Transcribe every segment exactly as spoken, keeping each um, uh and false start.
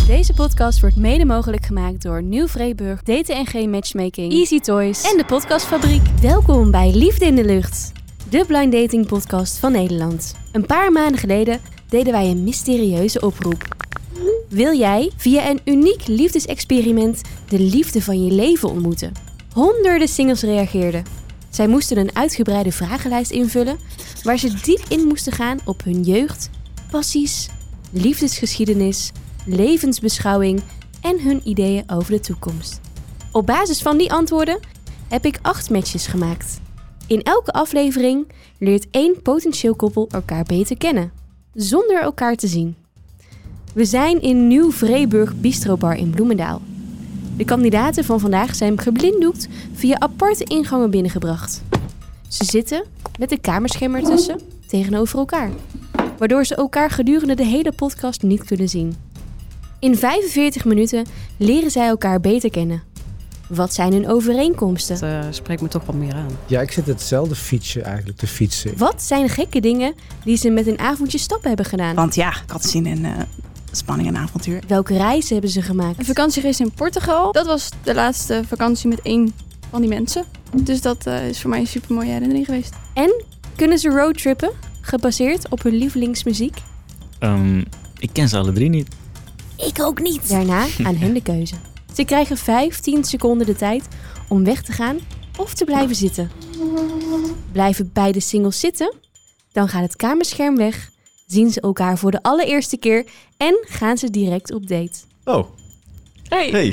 Deze podcast wordt mede mogelijk gemaakt door Nieuw Vreeburg, D T N G Matchmaking, Easy Toys en de Podcastfabriek. Welkom bij Liefde in de Lucht, de blind dating podcast van Nederland. Een paar maanden geleden deden wij een mysterieuze oproep. Wil jij via een uniek liefdesexperiment de liefde van je leven ontmoeten? Honderden singles reageerden. Zij moesten een uitgebreide vragenlijst invullen waar ze diep in moesten gaan op hun jeugd, passies, liefdesgeschiedenis, levensbeschouwing en hun ideeën over de toekomst. Op basis van die antwoorden heb ik acht matches gemaakt. In elke aflevering leert één potentieel koppel elkaar beter kennen, zonder elkaar te zien. We zijn in Nieuw Vreeburg Bistrobar in Bloemendaal. De kandidaten van vandaag zijn geblinddoekt via aparte ingangen binnengebracht. Ze zitten met de kamerscherm ertussen tegenover elkaar, waardoor ze elkaar gedurende de hele podcast niet kunnen zien. In vijfenveertig minuten leren zij elkaar beter kennen. Wat zijn hun overeenkomsten? Dat uh, spreekt me toch wel meer aan. Ja, ik zit hetzelfde fietsje eigenlijk te fietsen. Wat zijn de gekke dingen die ze met een avondje stappen hebben gedaan? Want ja, ik had zin in uh, spanning en avontuur. Welke reizen hebben ze gemaakt? Een vakantie geweest in Portugal. Dat was de laatste vakantie met één van die mensen. Dus dat uh, is voor mij een super mooie herinnering geweest. En kunnen ze roadtrippen, gebaseerd op hun lievelingsmuziek? Um, ik ken ze alle drie niet. Ik ook niet. Daarna aan hen de keuze. Ze krijgen vijftien seconden de tijd om weg te gaan of te blijven zitten. Blijven beide singles zitten? Dan gaat het kamerscherm weg, zien ze elkaar voor de allereerste keer en gaan ze direct op date. Oh. Hey. Hey.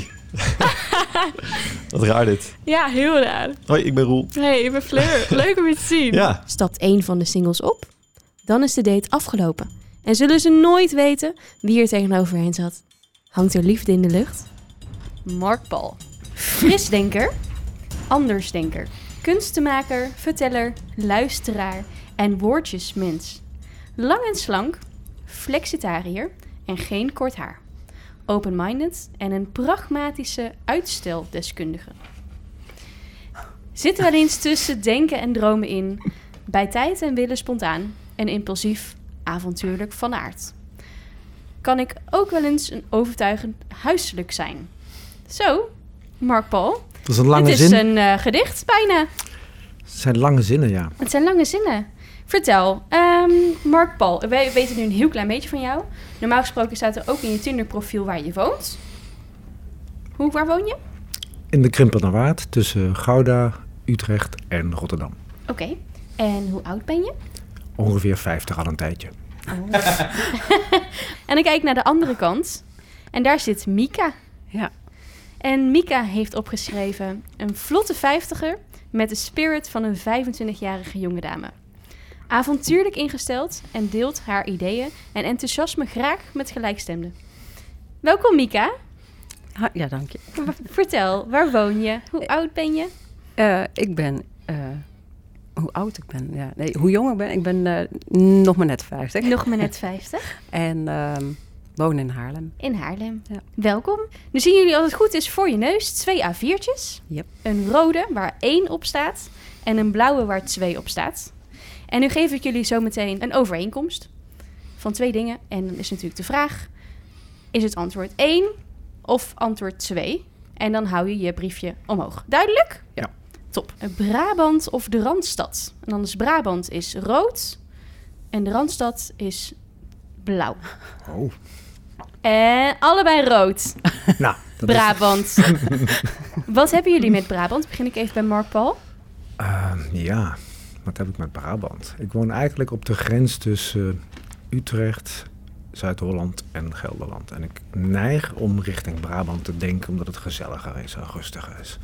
Wat raar dit. Ja, heel raar. Hoi, ik ben Roel. Hey, ik ben Fleur. Leuk om je te zien. Ja. Stapt één van de singles op, dan is de date afgelopen. En zullen ze nooit weten wie er tegenover hen zat. Hangt er liefde in de lucht? Mark Paul. Frisdenker, andersdenker, kunstenmaker, verteller, luisteraar en woordjesmens. Lang en slank, flexitariër en geen kort haar. Open-minded en een pragmatische uitsteldeskundige. Zit wel eens tussen denken en dromen in, bij tijd en willen spontaan en impulsief, avontuurlijk van aard. Kan ik ook wel eens een overtuigend huiselijk zijn. Zo, Mark Paul. Dat is een lange Het is zin. een uh, gedicht bijna. Het zijn lange zinnen, ja. Het zijn lange zinnen. Vertel, um, Mark Paul, wij weten nu een heel klein beetje van jou. Normaal gesproken staat er ook in je Tinder-profiel waar je woont. Hoe, waar woon je? In de Krimpenerwaard tussen Gouda, Utrecht en Rotterdam. Oké, okay. En hoe oud ben je? Ongeveer vijftig al een tijdje. Oh. En dan kijk ik naar de andere kant. En daar zit Mika. Ja. En Mika heeft opgeschreven een vlotte vijftiger met de spirit van een vijfentwintigjarige jonge dame. Avontuurlijk ingesteld en deelt haar ideeën en enthousiasme graag met gelijkstemden. Welkom Mika. Ha, ja, dank je. W- vertel, waar woon je? Hoe oud ben je? Uh, ik ben... Uh, hoe oud ik ben? Ja, nee, hoe jong ik ben? Ik ben uh, nog maar net vijftig. Nog maar net vijftig. En uh, woon in Haarlem. In Haarlem. Ja. Welkom. Nu zien jullie als het goed is voor je neus twee A viertjes. Yep. Een rode waar één op staat en een blauwe waar twee op staat. En nu geef ik jullie zometeen een overeenkomst van twee dingen. En dan is natuurlijk de vraag, is het antwoord één of antwoord twee? En dan hou je je briefje omhoog. Duidelijk? Ja. Top. Brabant of de Randstad? En dan is Brabant is rood en de Randstad is blauw. Oh. En allebei rood. Nou, dat Brabant. Wat hebben jullie met Brabant? Begin ik even bij Mark Paul. Uh, ja, wat heb ik met Brabant? Ik woon eigenlijk op de grens tussen uh, Utrecht, Zuid-Holland en Gelderland. En ik neig om richting Brabant te denken, omdat het gezelliger is en rustiger is.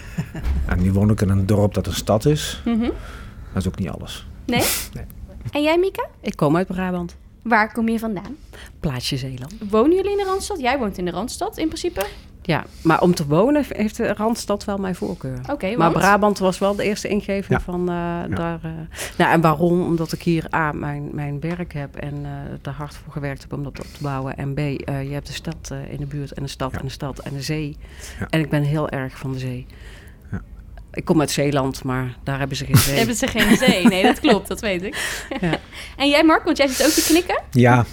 En nu woon ik in een dorp dat een stad is. Mm-hmm. Dat is ook niet alles. Nee? Nee. En jij, Mika? Ik kom uit Brabant. Waar kom je vandaan? Plaatsje Zeeland. Wonen jullie in de Randstad? Jij woont in de Randstad in principe? Ja, maar om te wonen heeft de Randstad wel mijn voorkeur. Oké, okay, maar want? Brabant was wel de eerste ingeving Ja. van uh, ja. daar. Uh, nou, en waarom? Omdat ik hier A, mijn, mijn werk heb en uh, daar hard voor gewerkt heb om dat op te bouwen. En B, uh, je hebt de stad uh, in de buurt en de stad ja. en de stad en de zee. Ja. En ik ben heel erg van de zee. Ja. Ik kom uit Zeeland, maar daar hebben ze geen zee. Hebben ze geen zee? Nee, dat klopt, dat weet ik. Ja. En jij, Mark, want jij zit ook te knikken? Ja,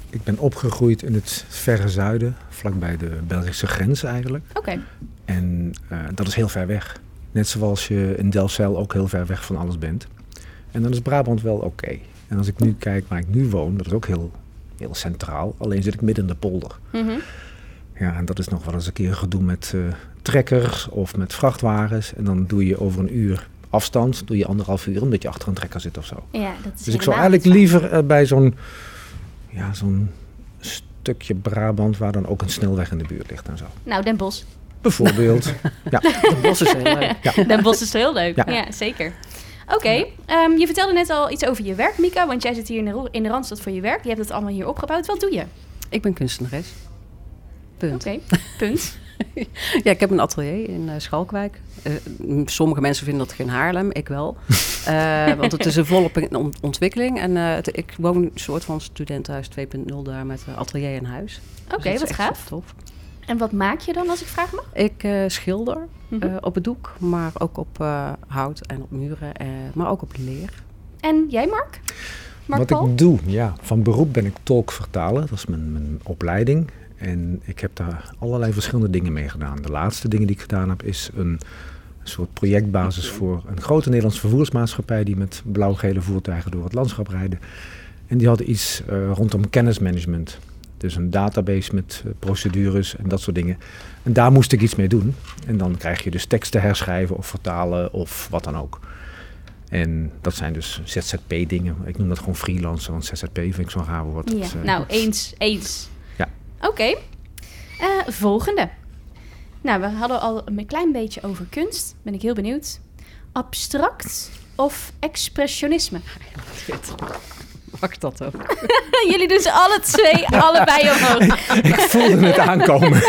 Ik ben opgegroeid in het verre zuiden, vlakbij de Belgische grens eigenlijk. Oké. Okay. En uh, dat is heel ver weg. Net zoals je in Delfzijl ook heel ver weg van alles bent. En dan is Brabant wel oké. Okay. En als ik nu kijk waar ik nu woon, dat is ook heel, heel centraal. Alleen zit ik midden in de polder. Mm-hmm. Ja, en dat is nog wel eens een keer gedoe met uh, trekkers of met vrachtwagens. En dan doe je over een uur afstand, doe je anderhalf uur omdat je achter een trekker zit of zo. Ja, dat is dus ik zou eigenlijk liever uh, bij zo'n, ja, zo'n stukje Brabant waar dan ook een snelweg in de buurt ligt en zo. Nou, Den Bosch. Bijvoorbeeld. Ja. Den Bosch is heel leuk. Ja. Den Bosch is heel leuk, ja, ja zeker. Oké, okay. um, je vertelde net al iets over je werk, Mika, want jij zit hier in de, in de Randstad voor je werk. Je hebt het allemaal hier opgebouwd. Wat doe je? Ik ben kunstenares. Punt. Oké, okay. Punt. Ja, ik heb een atelier in uh, Schalkwijk. Uh, sommige mensen vinden dat geen Haarlem, ik wel. Uh, want het is een volop ontwikkeling. En uh, het, ik woon een soort van studentenhuis twee punt nul daar met uh, atelier en huis. Oké, okay, dus wat gaaf. Tof. En wat maak je dan, als ik vraag mag? Ik uh, schilder mm-hmm. uh, op het doek, maar ook op uh, hout en op muren, uh, maar ook op leer. En jij, Mark? Mark Wat Paul? Ik doe, ja, van beroep ben ik tolkvertaler. Dat is mijn, mijn opleiding. En ik heb daar allerlei verschillende dingen mee gedaan. De laatste dingen die ik gedaan heb is een soort projectbasis voor een grote Nederlandse vervoersmaatschappij die met blauw-gele voertuigen door het landschap rijden. En die hadden iets uh, rondom kennismanagement. Dus een database met uh, procedures en dat soort dingen. En daar moest ik iets mee doen. En dan krijg je dus teksten herschrijven of vertalen of wat dan ook. En dat zijn dus Z Z P-dingen. Ik noem dat gewoon freelancer, want Z Z P vind ik zo'n raar woord. Ja, dat, uh, nou, eens, eens. Ja. Oké. Okay. Uh, volgende. Nou, we hadden al een klein beetje over kunst. Ben ik heel benieuwd. Abstract of expressionisme? Mag dat ook? Jullie doen ze alle twee, allebei omhoog. Ik voelde het aankomen.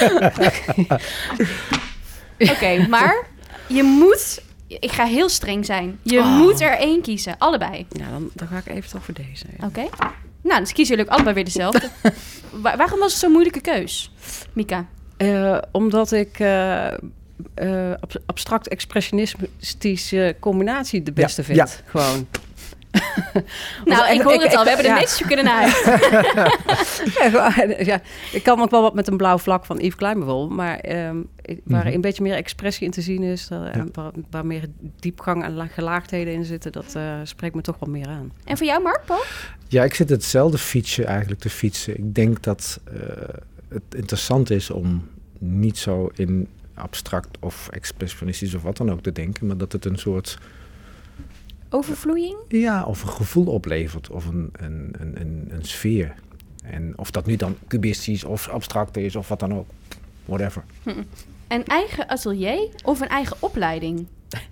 Oké, okay, maar je moet... Ik ga heel streng zijn. Je oh. moet er één kiezen, allebei. Ja, dan, dan ga ik even toch voor deze. Ja. Oké. Okay. Nou, dus kiezen jullie ook allebei weer dezelfde. Waar, waarom was het zo'n moeilijke keus, Mika? Uh, omdat ik uh, uh, abstract expressionistische combinatie de beste ja, vind. Ja. Gewoon. Nou, ik, ik hoor ik, het al. We ik, hebben de ja. meeste kunnen naar huis. ja, ja, ik kan ook wel wat met een blauw vlak van Yves Klein bijvoorbeeld. Maar um, waar mm-hmm. een beetje meer expressie in te zien is. Uh, ja. waar, waar meer diepgang en gelaagdheden in zitten. Dat uh, spreekt me toch wel meer aan. En voor jou, Mark, Paul? Ja, ik zit hetzelfde fietsje eigenlijk te fietsen. Ik denk dat uh, het interessant is om niet zo in abstract of expressionistisch of wat dan ook te denken. Maar dat het een soort... Overvloeiing? Ja, of een gevoel oplevert of een, een, een, een, een sfeer. En of dat nu dan cubistisch of abstract is of wat dan ook. Whatever. Hm. Een eigen atelier of een eigen opleiding?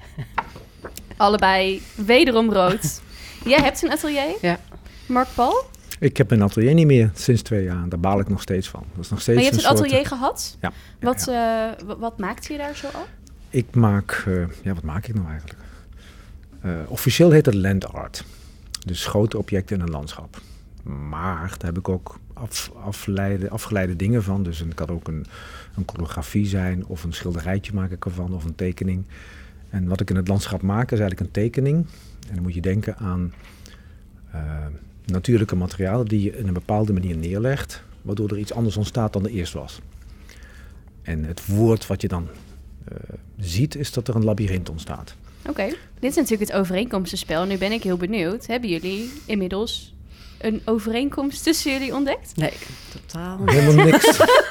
Allebei wederom rood. Jij hebt een atelier? Ja. Mark Paul? Ik heb een atelier niet meer sinds twee jaar. Daar baal ik nog steeds van. Dat is nog steeds maar je hebt een, een atelier soort... gehad? Ja. Wat, ja, ja. Uh, wat maakte je daar zo al? Ik maak... Uh, ja, wat maak ik nou eigenlijk? Uh, officieel heet het land art. Dus grote objecten in een landschap. Maar daar heb ik ook af, afleide, afgeleide dingen van. Dus het kan ook een, een choreografie zijn of een schilderijtje maak ik ervan of een tekening. En wat ik in het landschap maak is eigenlijk een tekening. En dan moet je denken aan uh, natuurlijke materialen die je in een bepaalde manier neerlegt. Waardoor er iets anders ontstaat dan er eerst was. En het woord wat je dan uh, ziet is dat er een labyrint ontstaat. Oké, okay. Dit is natuurlijk het overeenkomstenspel. Nu ben ik heel benieuwd. Hebben jullie inmiddels een overeenkomst tussen jullie ontdekt? Nee, totaal niet. Helemaal niks.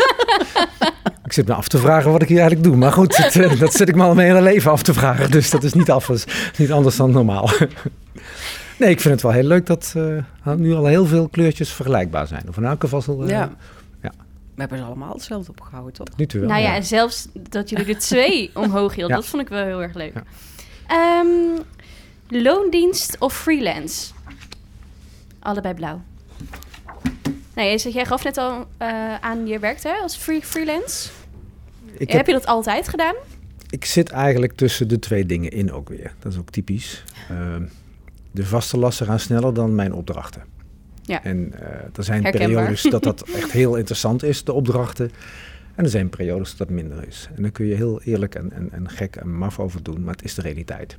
Ik zit me af te vragen wat ik hier eigenlijk doe. Maar goed, het, uh, dat zit ik me al mijn hele leven af te vragen. Dus dat is niet, af, niet anders dan normaal. Nee, ik vind het wel heel leuk dat uh, nu al heel veel kleurtjes vergelijkbaar zijn. Of in elk geval... Uh, ja. ja. We hebben ze allemaal hetzelfde opgehouden, toch? Nu toe wel, nou ja, ja, en zelfs dat jullie er twee omhoog hielden, ja. Dat vond ik wel heel erg leuk. Ja. Um, loondienst of freelance? Allebei blauw. Nee, jij gaf net al uh, aan je werkt hè, als free freelance. Ik heb, heb je dat altijd gedaan? Ik zit eigenlijk tussen de twee dingen in ook weer. Dat is ook typisch. Uh, de vaste lasten gaan sneller dan mijn opdrachten. Ja. En uh, er zijn Herkenbaar. periodes dat dat echt heel interessant is, de opdrachten. En er zijn periodes dat dat minder is. En daar kun je heel eerlijk en, en, en gek en maf over doen, maar het is de realiteit.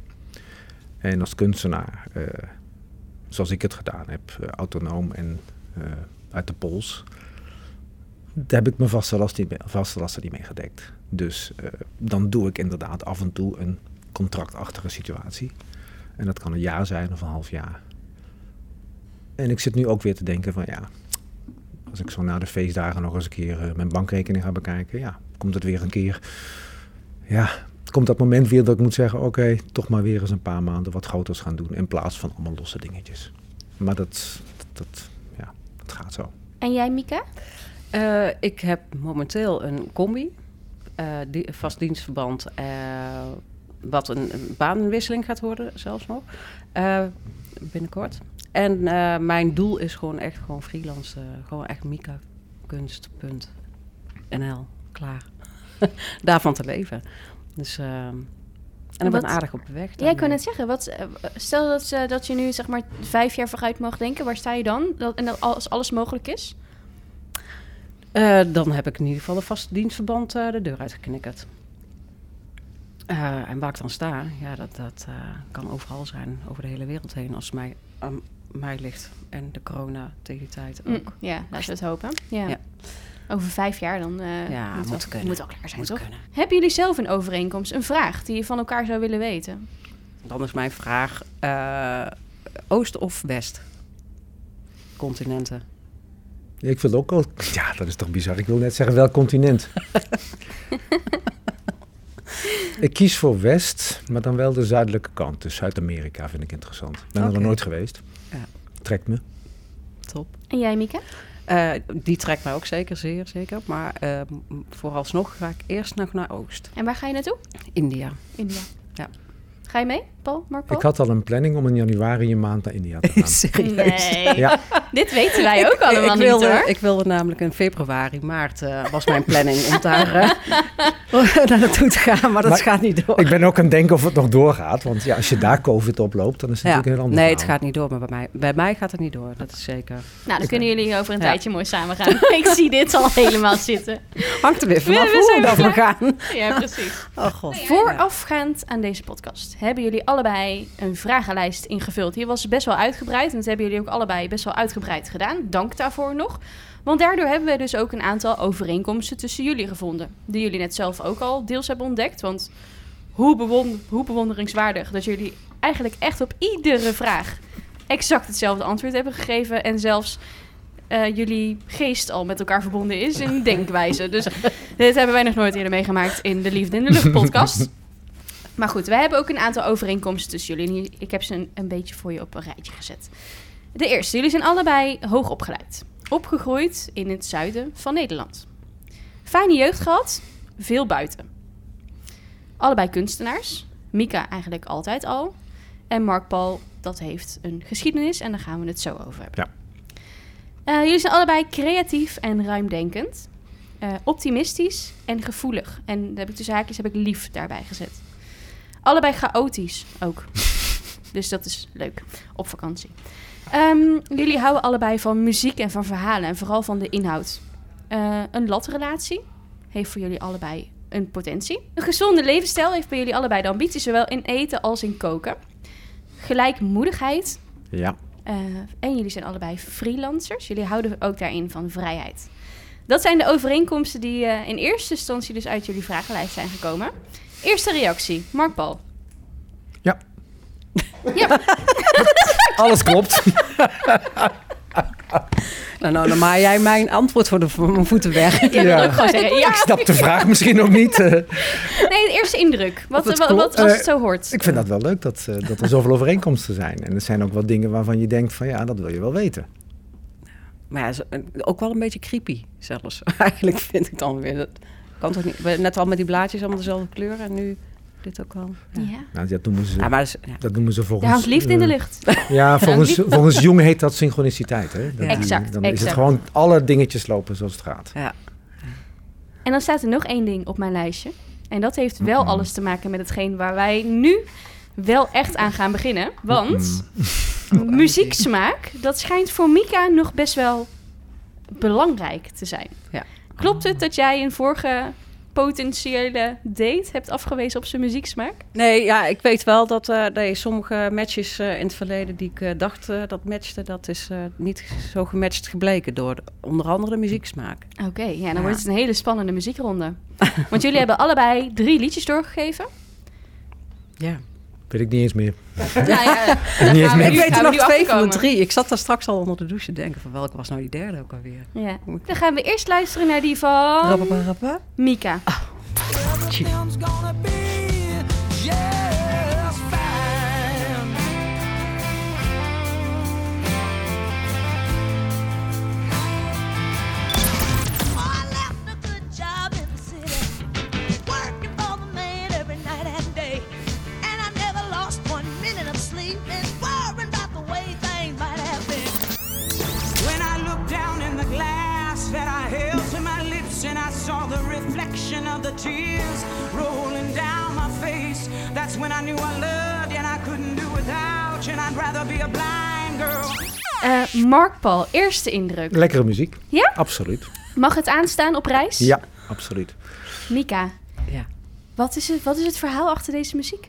En als kunstenaar, uh, zoals ik het gedaan heb, uh, autonoom en uh, uit de pols. Daar heb ik mijn vaste lasten niet, vaste lasten niet mee gedekt. Dus uh, dan doe ik inderdaad af en toe een contractachtige situatie. En dat kan een jaar zijn of een half jaar. En ik zit nu ook weer te denken van ja, als ik zo na de feestdagen nog eens een keer uh, mijn bankrekening ga bekijken, ja, komt het weer een keer, ja, komt dat moment weer dat ik moet zeggen, oké, okay, toch maar weer eens een paar maanden wat groters gaan doen in plaats van allemaal losse dingetjes. Maar dat, dat, dat ja, dat gaat zo. En jij, Mika? Uh, ik heb momenteel een combi, uh, die, vast dienstverband, uh, wat een, een baanwisseling gaat worden zelfs nog, uh, binnenkort. En uh, mijn doel is gewoon echt gewoon freelance, uh, gewoon echt Mika Kunst punt N L, klaar. Daarvan te leven. Dus, uh, en ik ben aardig op de weg. Jij kon net zeggen, wat, stel dat, uh, dat je nu zeg maar vijf jaar vooruit mag denken, waar sta je dan? Dat, en dat als alles mogelijk is? Uh, dan heb ik in ieder geval een vast dienstverband uh, de deur uitgeknikkerd. Uh, en waar ik dan sta, ja, dat, dat uh, kan overal zijn, over de hele wereld heen, als het mij, aan mij ligt. En de corona tegen die tijd ook. Mm, ja, laten we het hopen. Ja. Ja. Over vijf jaar dan uh, ja, moet, moet, wel, kunnen. moet al klaar zijn, moet toch? Kunnen. Hebben jullie zelf een overeenkomst, een vraag die je van elkaar zou willen weten? Dan is mijn vraag, uh, Oost of West? Continenten. Ja, ik wil ook al... Ja, dat is toch bizar. Ik wil net zeggen welk continent. Ik kies voor West, maar dan wel de zuidelijke kant. Dus Zuid-Amerika vind ik interessant. Ik ben okay. er nog nooit geweest. Ja. Trekt me. Top. En jij, Mika? Uh, die trekt mij ook zeker, zeer zeker. Maar uh, vooralsnog ga ik eerst nog naar Oost. En waar ga je naartoe? India. India. Ja. Ga je mee, Paul? Mark Paul? Ik had al een planning om in januari een maand naar India te gaan. Serieus? Nee. Ja. Dit weten wij ook allemaal ik wilde, niet, hoor. Ik wilde namelijk in februari, maart uh, was mijn planning om daar uh, naar naartoe te gaan. Maar dat maar gaat niet door. Ik ben ook aan het denken of het nog doorgaat. Want ja, als je daar COVID oploopt, dan is het ja. natuurlijk een heel ander Nee, verhaal. het gaat niet door. Maar bij mij, bij mij gaat het niet door. Dat is zeker. Nou, dan kunnen jullie over een ja. tijdje mooi samen gaan. Ik zie dit al helemaal zitten. Hangt er weer vanaf hoe we dan gaan. Ja, precies. Oh god. Voorafgaand aan deze podcast hebben jullie allebei een vragenlijst ingevuld. Die was best wel uitgebreid. En dat hebben jullie ook allebei best wel uitgebreid gedaan. Dank daarvoor nog. Want daardoor hebben we dus ook een aantal overeenkomsten tussen jullie gevonden. Die jullie net zelf ook al deels hebben ontdekt. Want hoe, bewonder, hoe bewonderingswaardig dat jullie eigenlijk echt op iedere vraag exact hetzelfde antwoord hebben gegeven. En zelfs uh, jullie geest al met elkaar verbonden is in denkwijze. Dus dit hebben wij nog nooit eerder meegemaakt in de Liefde in de Lucht podcast. Maar goed, wij hebben ook een aantal overeenkomsten tussen jullie. En ik heb ze een, een beetje voor je op een rijtje gezet. De eerste, jullie zijn allebei hoog opgeleid. Opgegroeid in het zuiden van Nederland. Fijne jeugd gehad, veel buiten. Allebei kunstenaars. Mika eigenlijk altijd al. En Mark Paul, dat heeft een geschiedenis en daar gaan we het zo over hebben. Ja. Uh, jullie zijn allebei creatief en ruimdenkend. Uh, optimistisch en gevoelig. En daar heb ik tussen haakjes heb ik lief daarbij gezet. Allebei chaotisch ook. Dus dat is leuk op vakantie. Um, jullie houden allebei van muziek en van verhalen en vooral van de inhoud. Uh, een latrelatie heeft voor jullie allebei een potentie. Een gezonde levensstijl heeft bij jullie allebei de ambitie, zowel in eten als in koken. Gelijkmoedigheid. Ja. Uh, en jullie zijn allebei freelancers. Jullie houden ook daarin van vrijheid. Dat zijn de overeenkomsten die uh, in eerste instantie dus uit jullie vragenlijst zijn gekomen. Eerste reactie, Mark Paul. Ja. Ja. Alles klopt. nou, nou, dan maak jij mijn antwoord voor, de, voor mijn voeten weg. Ja, ja. Ook gewoon zeggen, ja. Ik snap de vraag misschien ook niet. Uh. Nee, de eerste indruk. Wat, wat, wat als het zo hoort. Uh, ik vind dat wel leuk dat, uh, dat er zoveel overeenkomsten zijn. En er zijn ook wel dingen waarvan je denkt van ja, dat wil je wel weten. Maar ja, ook wel een beetje creepy zelfs. Eigenlijk vind ik dan weer. Dat kan toch niet. Net al met die blaadjes allemaal dezelfde kleur en nu dit ook wel. Ja. Ja. Nou, dat noemen ze. Ja, maar dus, ja. Dat noemen ze volgens. Er hangt liefde in de lucht. Ja, volgens, volgens Jung heet dat synchroniciteit. Hè? Dat ja. Exact. Die, dan exact. is het gewoon alle dingetjes lopen zoals het gaat. Ja. En dan staat er nog één ding op mijn lijstje. En dat heeft wel mm-hmm. alles te maken met hetgeen waar wij nu wel echt aan gaan beginnen. Want mm-hmm. muzieksmaak, dat schijnt voor Mika nog best wel belangrijk te zijn. Ja. Klopt het dat jij in vorige potentiële date hebt afgewezen op zijn muzieksmaak? Nee, ja, ik weet wel dat uh, nee, sommige matches uh, in het verleden die ik uh, dacht uh, dat matchte, dat is uh, niet zo gematcht gebleken door de, onder andere de muzieksmaak. Oké, okay, ja, dan ja. wordt het een hele spannende muziekronde. Want jullie hebben allebei drie liedjes doorgegeven. Ja. Weet ik niet eens meer. Ja, ja, ja. Niet eens meer. Ik weet er nog twee van de afkomen. drie. Ik zat daar straks al onder de douche te denken van welke was nou die derde ook alweer. Ja. Dan gaan we eerst luisteren naar die van Rappa, rappa. Mika. Oh. And I saw the reflection of the tears rolling down my face. That's when I knew I loved you and I couldn't do without you. And I'd rather be a blind girl. Uh, Mark Paul, eerste indruk. Lekkere muziek. Ja? Absoluut. Mag het aanstaan op reis? Ja, absoluut. Mika, ja. wat, is het, wat is het verhaal achter deze muziek?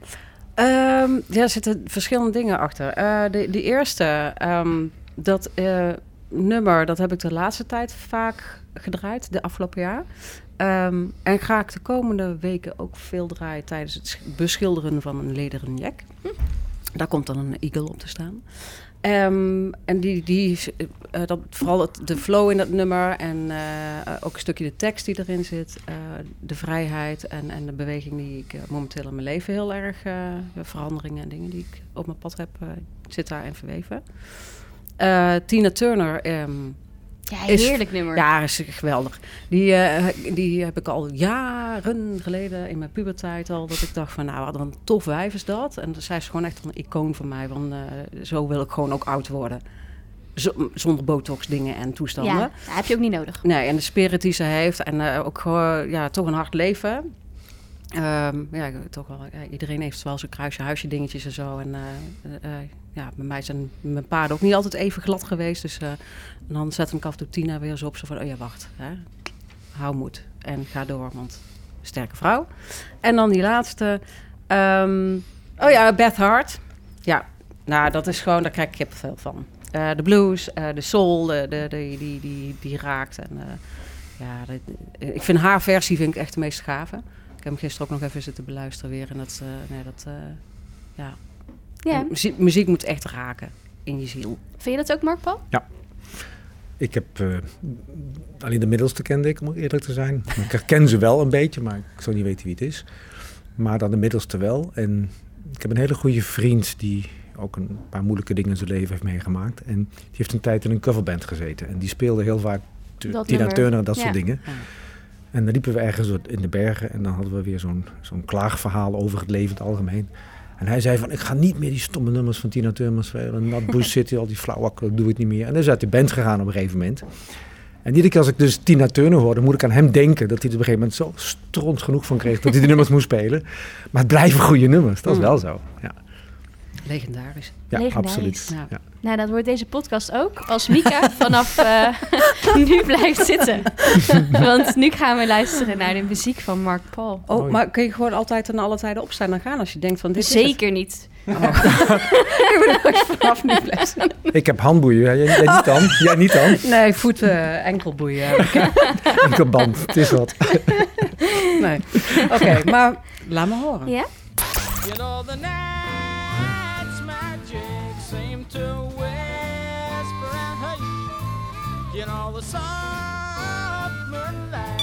Um, ja, er zitten verschillende dingen achter. Uh, de, de eerste, um, dat uh, nummer, dat heb ik de laatste tijd vaak gedraaid, de afgelopen jaar. Um, en ga ik de komende weken ook veel draaien tijdens het beschilderen van een lederen jack. Hm. Daar komt dan een eagle op te staan. Um, en die, die uh, dat, vooral het, de flow in dat nummer en uh, ook een stukje de tekst die erin zit, uh, de vrijheid en, en de beweging die ik uh, momenteel in mijn leven heel erg, uh, veranderingen en dingen die ik op mijn pad heb, uh, zit daarin verweven. Uh, Tina Turner. Um, Ja, heerlijk is, nummer. Ja, is geweldig. Die, uh, die heb ik al jaren geleden in mijn puberteit al, dat ik dacht van, nou, wat een tof wijf is dat. En zij is gewoon echt een icoon van mij, van uh, zo wil ik gewoon ook oud worden. Z- zonder botox dingen en toestanden. Ja, dat heb je ook niet nodig. Nee, en de spirit die ze heeft en uh, ook gewoon, ja, toch een hard leven. Um, ja, toch wel, ja, iedereen heeft wel zijn kruisje, huisje dingetjes en zo. En uh, uh, ja, bij mij zijn mijn paarden ook niet altijd even glad geweest. Dus uh, dan zet ik af en toe Tina weer eens op. Zo van, oh ja, wacht. Hè. Hou moed. En ga door, want sterke vrouw. En dan die laatste. Um, oh ja, Beth Hart. Ja, nou, dat is gewoon, daar krijg ik kippenvel van. Uh, de blues, uh, de soul, de, de, de, die, die, die raakt. En, uh, ja, de, ik vind haar versie vind ik echt de meest gave. Ik heb hem gisteren ook nog even zitten beluisteren weer. En dat, uh, nee, dat uh, ja... ja. Muziek, muziek moet echt raken in je ziel. Vind je dat ook, Mark Paul? Ja. Ik heb uh, alleen de middelste kende ik, om eerlijk te zijn. Ik herken ze wel een beetje, maar ik zou niet weten wie het is. Maar dan de middelste wel. En ik heb een hele goede vriend die ook een paar moeilijke dingen in zijn leven heeft meegemaakt. En die heeft een tijd in een coverband gezeten. En die speelde heel vaak dat Tina nummer. Turner en dat ja. soort dingen. Ja. En dan liepen we ergens in de bergen en dan hadden we weer zo'n, zo'n klaagverhaal over het leven in het algemeen. En hij zei van, ik ga niet meer die stomme nummers van Tina Turner spelen. Not Bush City, al die flauwak, ik doe het niet meer. En dan is hij uit de band gegaan op een gegeven moment. En iedere keer als ik dus Tina Turner hoorde, moet ik aan hem denken dat hij er op een gegeven moment zo stront genoeg van kreeg dat hij die nummers moest spelen. Maar het blijven goede nummers, dat is wel zo. Ja, Legendarisch. ja Legendarisch. absoluut. Ja. Ja. Nou, dat wordt deze podcast ook. Als Mika vanaf uh, nu blijft zitten. Want nu gaan we luisteren naar de muziek van Mark Paul. Oh, Mooi. maar kun je gewoon altijd en alle tijden opstaan en gaan als je denkt van dit Zeker niet. is het? Oh. Ik bedoel, als je vanaf nu blijft zitten. Ik heb handboeien, jij, jij niet dan? Jij niet dan? Nee, voeten, uh, enkelboeien. Enkelband, het is wat. Nee. Oké, okay, maar laat me horen. Ja? You know the night's magic seem to whisper and hush. You know the soft moonlight.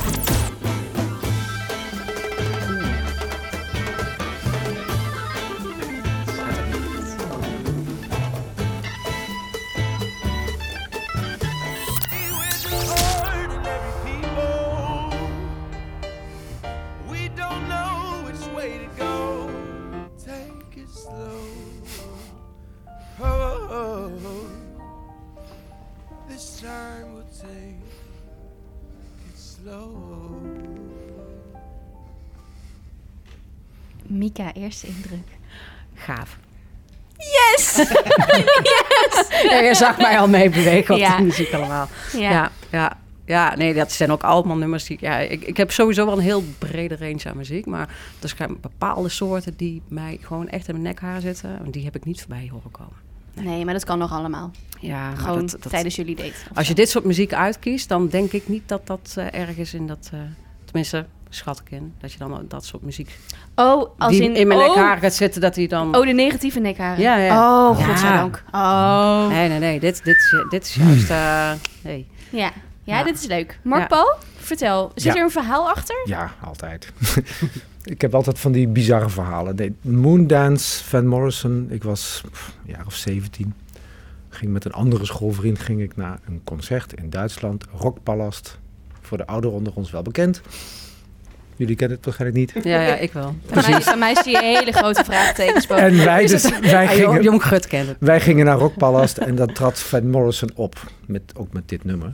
Mika, eerste indruk. Gaaf. Yes! yes! Ja, je zag mij al mee bewegen op Ja. de muziek allemaal. Ja. Ja, ja. Ja, nee, dat zijn ook allemaal nummers die... Ja, ik, ik heb sowieso wel een heel brede range aan muziek. Maar er zijn bepaalde soorten die mij gewoon echt in mijn nekhaar zitten. En die heb ik niet voorbij horen komen. Nee, nee maar dat kan nog allemaal. Ja, gewoon dat, dat, tijdens jullie date. Als je dit soort muziek uitkiest, dan denk ik niet dat dat uh, ergens in dat... Uh, tenminste, schat ik in. Dat je dan dat soort muziek... Oh, als die in... in mijn oh, nekhaar gaat zitten, dat hij dan... Oh, de negatieve nekharen. Ja, ja. Oh, ja. godzijdank. Oh. Nee, nee, nee. Dit, dit, is, dit is juist... Uh, nee. Ja. Ja, Ja. dit is leuk. Mark Ja. Paul, vertel. Zit Ja. er een verhaal achter? Ja, altijd. Ik heb altijd van die bizarre verhalen. Nee, Moondance, Van Morrison. Ik was pff, een jaar of zeventien. Ging met een andere schoolvriend ging ik naar een concert in Duitsland. Rockpalast. Voor de ouderen onder ons wel bekend. Jullie kennen het waarschijnlijk niet. Ja, ja, ik wel. Bij mij, bij mij zie je hele grote vraagtekens boven. En wij, dus, wij, Ah, joh, gingen, Jong Gut kent het. wij gingen naar Rockpalast en dan trad Van Morrison op. Met, ook met dit nummer.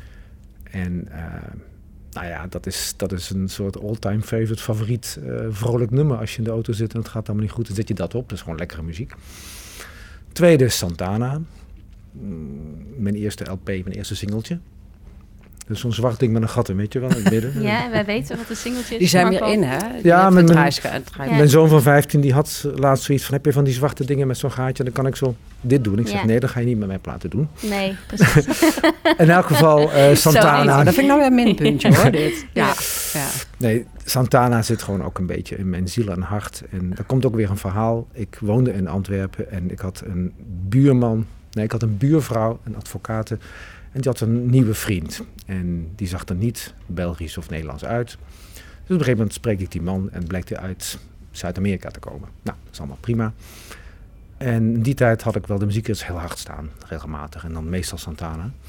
En uh, nou ja, dat is, dat is een soort all-time favorite, favoriet, uh, vrolijk nummer. Als je in de auto zit en het gaat allemaal niet goed, dan zet je dat op. Dat is gewoon lekkere muziek. Tweede is Santana. Mm, mijn eerste L P, mijn eerste singeltje. Dus zo'n zwart ding met een gat in, weet je wel, in het midden. Ja, wij weten wat de singeltje is. Die zijn Mark weer Paul. in, hè? Die Ja, heeft met het mijn- reis ge- het reis- Ja. Mijn zoon van vijftien, die had laatst zoiets van, heb je van die zwarte dingen met zo'n gaatje? Dan kan ik zo dit doen. Ik zeg, Ja. nee, dat ga je niet met mij laten doen. Nee, precies. In elk geval, uh, Santana. Nou, dat vind ik nou weer een minpuntje, hoor, dit. Ja, ja. Nee, Santana zit gewoon ook een beetje in mijn ziel en hart. En er komt ook weer een verhaal. Ik woonde in Antwerpen en ik had een buurman. Nee, ik had een buurvrouw, een advocate. En die had een nieuwe vriend. En die zag er niet Belgisch of Nederlands uit. Dus op een gegeven moment spreek ik die man en blijkt hij uit Zuid-Amerika te komen. Nou, dat is allemaal prima. En in die tijd had ik wel de muziek eens heel hard staan, regelmatig. En dan meestal Santana. En op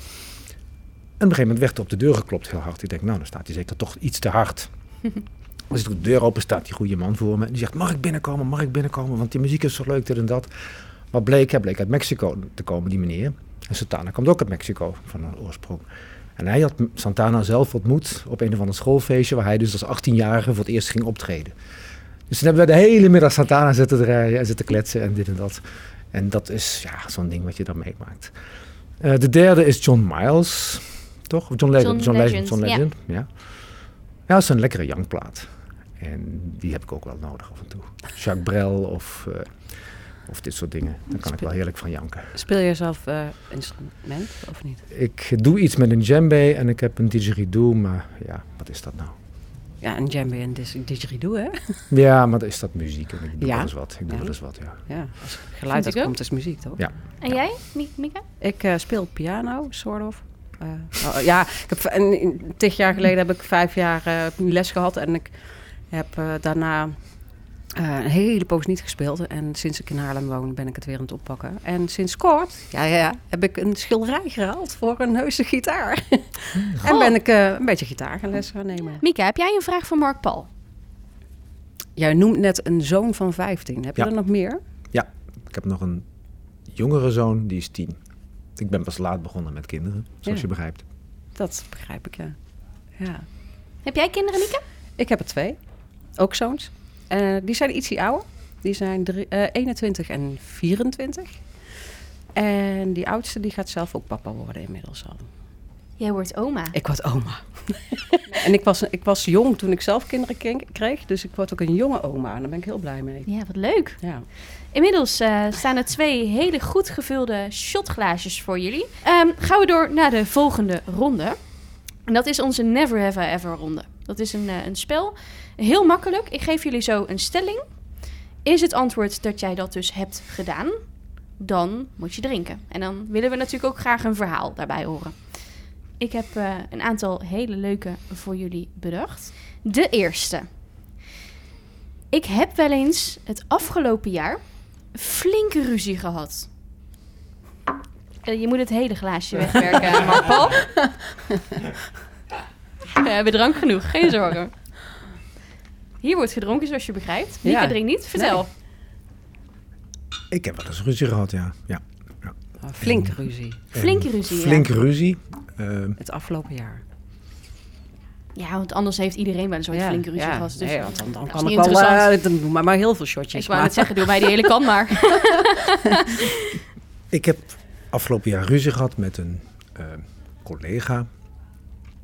een gegeven moment werd er op de deur geklopt heel hard. Ik denk, nou, dan staat hij zeker toch iets te hard. Als ik de deur open, staat die goede man voor me. En die zegt, mag ik binnenkomen, mag ik binnenkomen? Want die muziek is zo leuk, dit en dat. Wat bleek? Hij bleek uit Mexico te komen, die meneer. En Santana komt ook uit Mexico, van een oorsprong. En hij had Santana zelf ontmoet op een of ander schoolfeestje... waar hij dus als achttienjarige voor het eerst ging optreden. Dus toen hebben we de hele middag Santana zitten draaien en zitten kletsen en dit en dat. En dat is ja, zo'n ding wat je dan meemaakt. Uh, de derde is John Miles, toch? Of John, Le- John John Legend, Legend. John ja. Legend, ja. Ja, dat is een lekkere jankplaat. En die heb ik ook wel nodig af en toe. Jacques Brel of, uh, of dit soort dingen. Daar kan ik wel heerlijk van janken. Speel je zelf uh, instrument, of niet? Ik doe iets met een djembe en ik heb een didgeridoo, maar ja, wat is dat nou? Ja, een djembe en dis- didgeridoo, hè? Ja, maar dan is dat muziek en ik doe Ja. wel eens wat. Ik doe Ja. wel eens wat, ja. Ja, als geluid Vind ik uitkomt is muziek, toch? Ja. En jij, Mi- Mika? Ik uh, speel piano, soort of. Uh, oh, ja, ik heb, en, tig jaar geleden heb ik vijf jaar uh, les gehad en ik heb uh, daarna uh, een hele poos niet gespeeld. En sinds ik in Haarlem woon ben ik het weer aan het oppakken. En sinds kort ja, ja, ja, heb ik een schilderij gehaald voor een heuse gitaar. en ben ik uh, een beetje gitaar gaan les gaan nemen. Mika, heb jij een vraag voor Mark Paul? Jij noemt net een zoon van vijftien. Heb je Ja. er nog meer? Ja, ik heb nog een jongere zoon, die is tien. Ik ben pas laat begonnen met kinderen, zoals Ja. je begrijpt. Dat begrijp ik, ja. ja. Heb jij kinderen, Mika? Ik heb er twee, ook zoons. Uh, die zijn ietsie ouder. Die zijn drie, uh, eenentwintig en vierentwintig. En die oudste die gaat zelf ook papa worden inmiddels al. Jij wordt oma. Ik word oma. en ik was, ik was jong toen ik zelf kinderen ke- kreeg. Dus ik word ook een jonge oma. En daar ben ik heel blij mee. Ja, wat leuk. Ja. Inmiddels uh, staan er twee hele goed gevulde shotglaasjes voor jullie. Um, gaan we door naar de volgende ronde. En dat is onze Never Have I Ever ronde. Dat is een, uh, een spel. Heel makkelijk. Ik geef jullie zo een stelling. Is het antwoord dat jij dat dus hebt gedaan, dan moet je drinken. En dan willen we natuurlijk ook graag een verhaal daarbij horen. Ik heb uh, een aantal hele leuke voor jullie bedacht. De eerste. Ik heb wel eens het afgelopen jaar flinke ruzie gehad. Uh, je moet het hele glaasje wegwerken, Mark Paul. We hebben drank genoeg, geen zorgen. Hier wordt gedronken, zoals je begrijpt. Mika Ja. drinkt niet, vertel. Nee. Ik heb wel eens ruzie gehad, ja. ja. ja. Oh, flinke ruzie. Flinke En ruzie, ja. Flinke ruzie. Uh, Het afgelopen jaar. Ja, want anders heeft iedereen wel een soort Ja, flinke ruzie ja. gehad. Dus Nee, want dan, dan dat kan is ik niet wel... interessant. Uh, dan doe maar, maar heel veel shotjes. Ik wou maar. net zeggen, doe mij die hele kan maar. ik heb afgelopen jaar ruzie gehad met een uh, collega.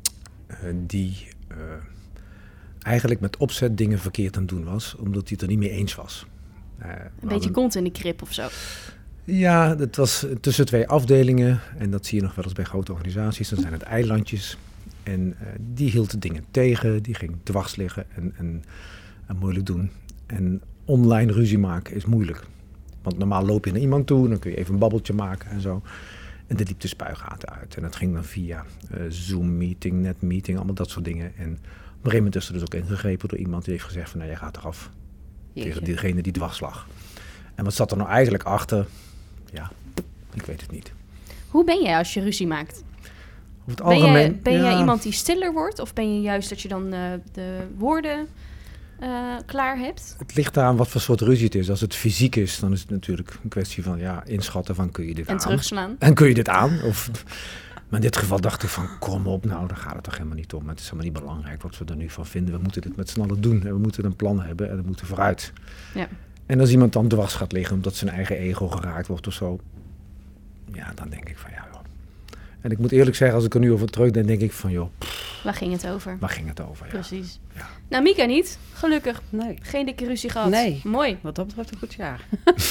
uh, die uh, eigenlijk met opzet dingen verkeerd aan het doen was, omdat hij het er niet mee eens was. Uh, een beetje kont in de krip of zo. Ja, het was tussen twee afdelingen en dat zie je nog wel eens bij grote organisaties. Dan zijn het eilandjes en uh, die hield de dingen tegen, die ging dwars liggen en, en, en moeilijk doen. En online ruzie maken is moeilijk. Want normaal loop je naar iemand toe, dan kun je even een babbeltje maken en zo. En er liep de spuigaten uit. En dat ging dan via uh, Zoom-meeting, net-meeting, allemaal dat soort dingen. En op een gegeven moment is er dus ook ingegrepen door iemand die heeft gezegd van, nou, jij gaat eraf. Jeetje. Tegen diegene die dwars lag. En wat zat er nou eigenlijk achter? Ja, ik weet het niet. Hoe ben jij als je ruzie maakt? Over het algemeen, ben je, ben ja. je iemand die stiller wordt? Of ben je juist dat je dan uh, de woorden uh, klaar hebt? Het ligt eraan wat voor soort ruzie het is. Als het fysiek is, dan is het natuurlijk een kwestie van ja, inschatten van kun je dit en aan. En terugslaan. En kun je dit aan? Of, maar in dit geval dacht ik van kom op, nou daar gaat het toch helemaal niet om. Het is helemaal niet belangrijk wat we er nu van vinden. We moeten dit met z'n allen doen. En we moeten een plan hebben en we moeten vooruit. Ja. En als iemand dan dwars gaat liggen omdat zijn eigen ego geraakt wordt of zo. Ja, dan denk ik van ja joh. En ik moet eerlijk zeggen, als ik er nu over terugdenk, denk ik van joh. Pff, waar ging het over? Waar ging het over, ja. Precies. Ja. Nou, Mika niet. Gelukkig. Nee. Geen dikke ruzie gehad. Nee. Mooi. Wat dat betreft een goed jaar.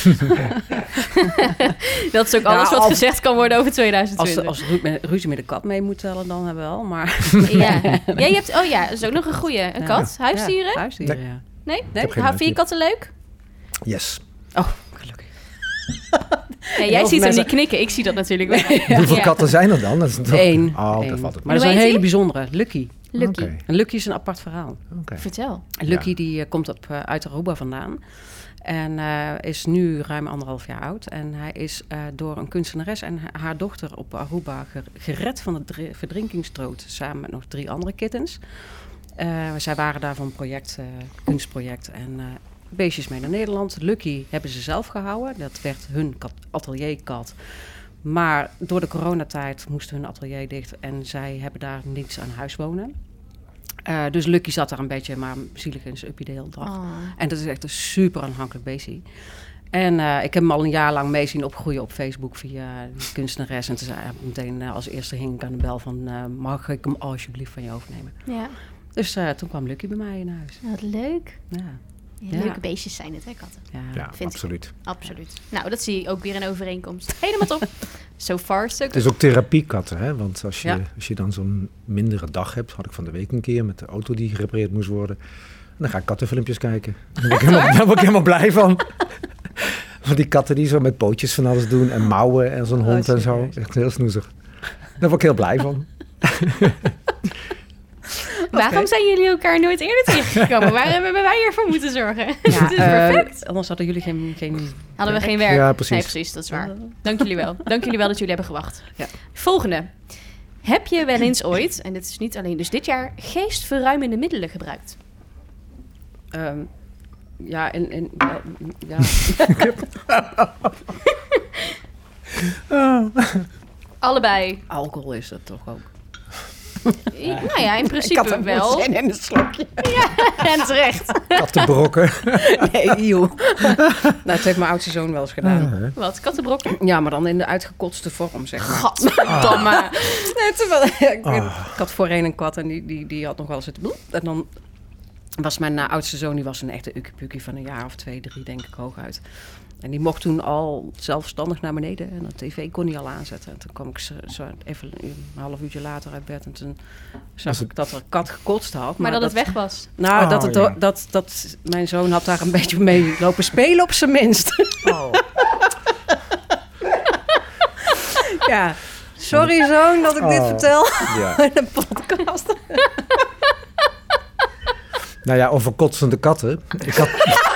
Dat is ook alles ja, wat als, gezegd kan worden over tweeduizend twintig. Als, als ru- ruzie met de kat mee moet tellen, dan hebben we wel. Maar ja. ja, je hebt, oh ja, dat is ook nog een goeie. Een kat? Ja. Huisdieren? Ja, huisdieren, nee. ja. Nee? nee? Hou, vind je katten leuk? Yes. Oh, gelukkig. Nee, jij ziet hem mensen... niet knikken. Ik zie dat natuurlijk wel. Nee, Hoeveel ja. katten zijn er dan? Dat is toch... Eén. Oh, Eén. dat valt het. Maar dat is een hele bijzondere. Lucky. Lucky. Okay. En Lucky is een apart verhaal. Okay. Vertel. Lucky ja. die uh, komt op, uh, uit Aruba vandaan. En uh, is nu ruim anderhalf jaar oud. En hij is uh, door een kunstenares en ha- haar dochter op Aruba ger- gered van de dr- verdrinkingsdood. Samen met nog drie andere kittens. Uh, zij waren daar van een project, uh, kunstproject. En uh, beestjes mee naar Nederland. Lucky hebben ze zelf gehouden. Dat werd hun kat- atelierkat. Maar door de coronatijd moest hun atelier dicht. En zij hebben daar niks aan huis wonen. Uh, dus Lucky zat daar een beetje maar zielig in zijn uppie de hele dag. Oh. En dat is echt een super aanhankelijk beestje. En uh, ik heb hem al een jaar lang mee zien opgroeien op Facebook via die kunstenares. En toen zei hij meteen uh, als eerste hing ik aan de bel van... Uh, mag ik hem alsjeblieft van je overnemen? Ja. Dus uh, toen kwam Lucky bij mij in huis. Wat leuk. Ja. Ja, Ja. leuke beestjes zijn het, hè, katten? Ja, Ja, Vind absoluut. Ik. Absoluut. Nou, dat zie je ook weer in overeenkomst. Helemaal top. So far, so good. Het is ook therapiekatten, hè? Want als je, Ja. als je dan zo'n mindere dag hebt, had ik van de week een keer met de auto die gerepareerd moest worden. Dan ga ik kattenfilmpjes kijken. Daar word ik helemaal, daar word ik helemaal blij van. Want die katten die zo met pootjes van alles doen en mouwen en zo'n hond Oh, en zo. serieus? Echt heel snoezig. Daar word ik heel blij van. Waarom Okay. zijn jullie elkaar nooit eerder tegengekomen? Waar hebben wij hiervoor moeten zorgen? Ja, Het is perfect. uh, anders hadden jullie geen... geen Hadden we geen werk. Ja, precies. Nee, precies, dat is waar. Dank jullie wel. Dank jullie wel dat jullie hebben gewacht. Ja. Volgende. Heb je wel eens ooit, en dit is niet alleen dus dit jaar, geestverruimende middelen gebruikt? Um, ja, en... en uh, ja. Allebei. Alcohol is dat toch ook? I- nou ja, in principe wel. in een slokje. Ja, en terecht. Kattenbrokken. Nee, joh. Nou, dat heeft mijn oudste zoon wel eens gedaan. Ah, hè. Wat, kattenbrokken? Ja, maar dan in de uitgekotste vorm, zeg maar. Gadverdamme. Nee, terwijl, ja, ik, weet- Ah. ik had voorheen een kat en die, die, die had nog wel eens het... bloed. En dan was mijn uh, oudste zoon, die was een echte ukkepukie van een jaar of twee, drie, denk ik, hooguit. En die mocht toen al zelfstandig naar beneden. En de tv kon hij al aanzetten. En toen kwam ik zo, zo even een half uurtje later uit bed. En toen zag ik dat er een kat gekotst had. Maar dat het weg was. Nou, Oh, dat, het, ja. dat, dat mijn zoon had daar een beetje mee lopen spelen op zijn minst. Oh. Ja, sorry zoon dat ik dit Oh. vertel Ja. in een podcast. Nou ja, over kotsende katten. Ik had,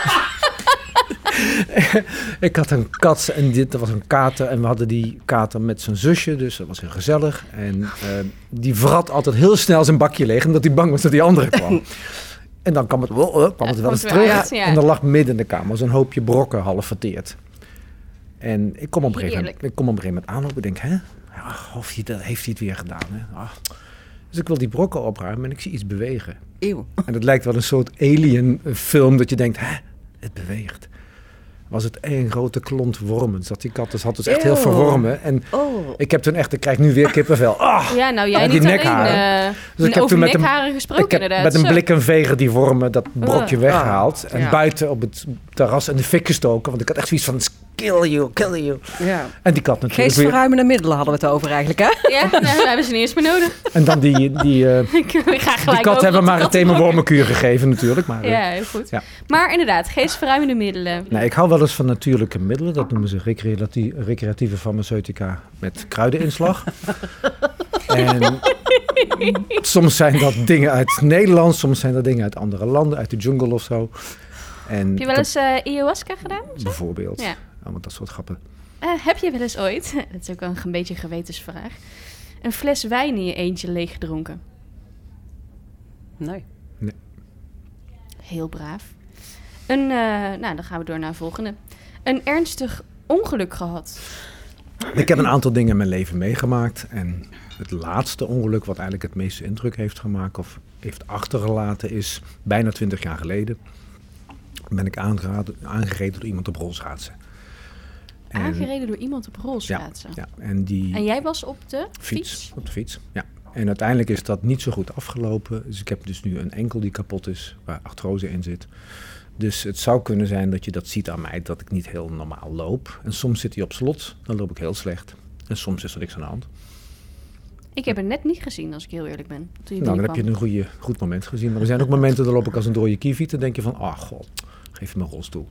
ik had een kat en dit, dat was een kater. En we hadden die kater met zijn zusje, dus dat was heel gezellig. En uh, die vrat altijd heel snel zijn bakje leeg, omdat hij bang was dat die andere kwam. En dan kwam het, uh, kwam het Ja, wel eens komt weer terug. uit, ja. En er lag midden in de kamer zo'n hoopje brokken half verteerd. En ik kom op een gegeven moment, Heerlijk. ik kom op een gegeven moment aan op en denk, hè? Ja, of hij dat, heeft hij het weer gedaan, hè? Ah. Dus ik wil die brokken opruimen en ik zie iets bewegen. Eeuw. En het lijkt wel een soort alien film dat je denkt, hè, het beweegt. was het één grote klont wormen. Zat die kat, dus had dus echt Eeuw. heel verwormen. En Oh. ik heb toen echt, ik krijg nu weer kippenvel. Ah! Ja, nou jij En die niet alleen nekharen. uh, Dus ik heb over toen met een, nekharen gesproken ik heb inderdaad. met een Zo. blikkenveger die wormen, dat brokje Uh. weggehaald. Oh, En ja. buiten op het terras in de fik gestoken. Want ik had echt zoiets van, kill you, kill you. Ja. En die kat natuurlijk weer. Geestverruimende middelen hadden we het over eigenlijk, hè? Ja, nou, we hebben ze niet eens meer nodig. En dan die, die, uh, Ik ga gelijk die kat over hebben op maar de een themenwormenkuur gegeven natuurlijk. Maar, uh, Ja, heel goed. Ja. Maar inderdaad, geestverruimende middelen. Nee, ik hou wel eens van natuurlijke middelen. Dat noemen ze recreati- recreatieve farmaceutica met kruideninslag. En soms zijn dat dingen uit Nederland, soms zijn dat dingen uit andere landen, uit de jungle of zo. En Heb je wel eens uh, ayahuasca gedaan? heb, bijvoorbeeld, Ja. allemaal dat soort grappen. Uh, heb je wel eens ooit, dat is ook wel een beetje een gewetensvraag, een fles wijn in je eentje leeggedronken? Nee. Heel braaf. Een, uh, nou, dan gaan we door naar de volgende. Een ernstig ongeluk gehad. Ik heb een aantal dingen in mijn leven meegemaakt. En het laatste ongeluk wat eigenlijk het meeste indruk heeft gemaakt of heeft achtergelaten is bijna twintig jaar geleden. Ben ik aangeraden, aangereden door iemand op rolschaatsen. En- Aangereden door iemand op rolschaatsen. Ja, en die En jij was op de fiets? fiets, op de fiets, ja. En uiteindelijk is dat niet zo goed afgelopen. Dus ik heb dus nu een enkel die kapot is, waar artrose in zit. Dus het zou kunnen zijn dat je dat ziet aan mij, dat ik niet heel normaal loop. En soms zit hij op slot, dan loop ik heel slecht. En soms is er niks aan de hand. Ik heb het net niet gezien, als ik heel eerlijk ben. Toen je Nou, dan heb je binnenkwam. een goede, goed moment gezien. Maar er zijn ook momenten, dan loop ik als een dode kieviet. Dan denk je van, ah, god, geef me een rolstoel.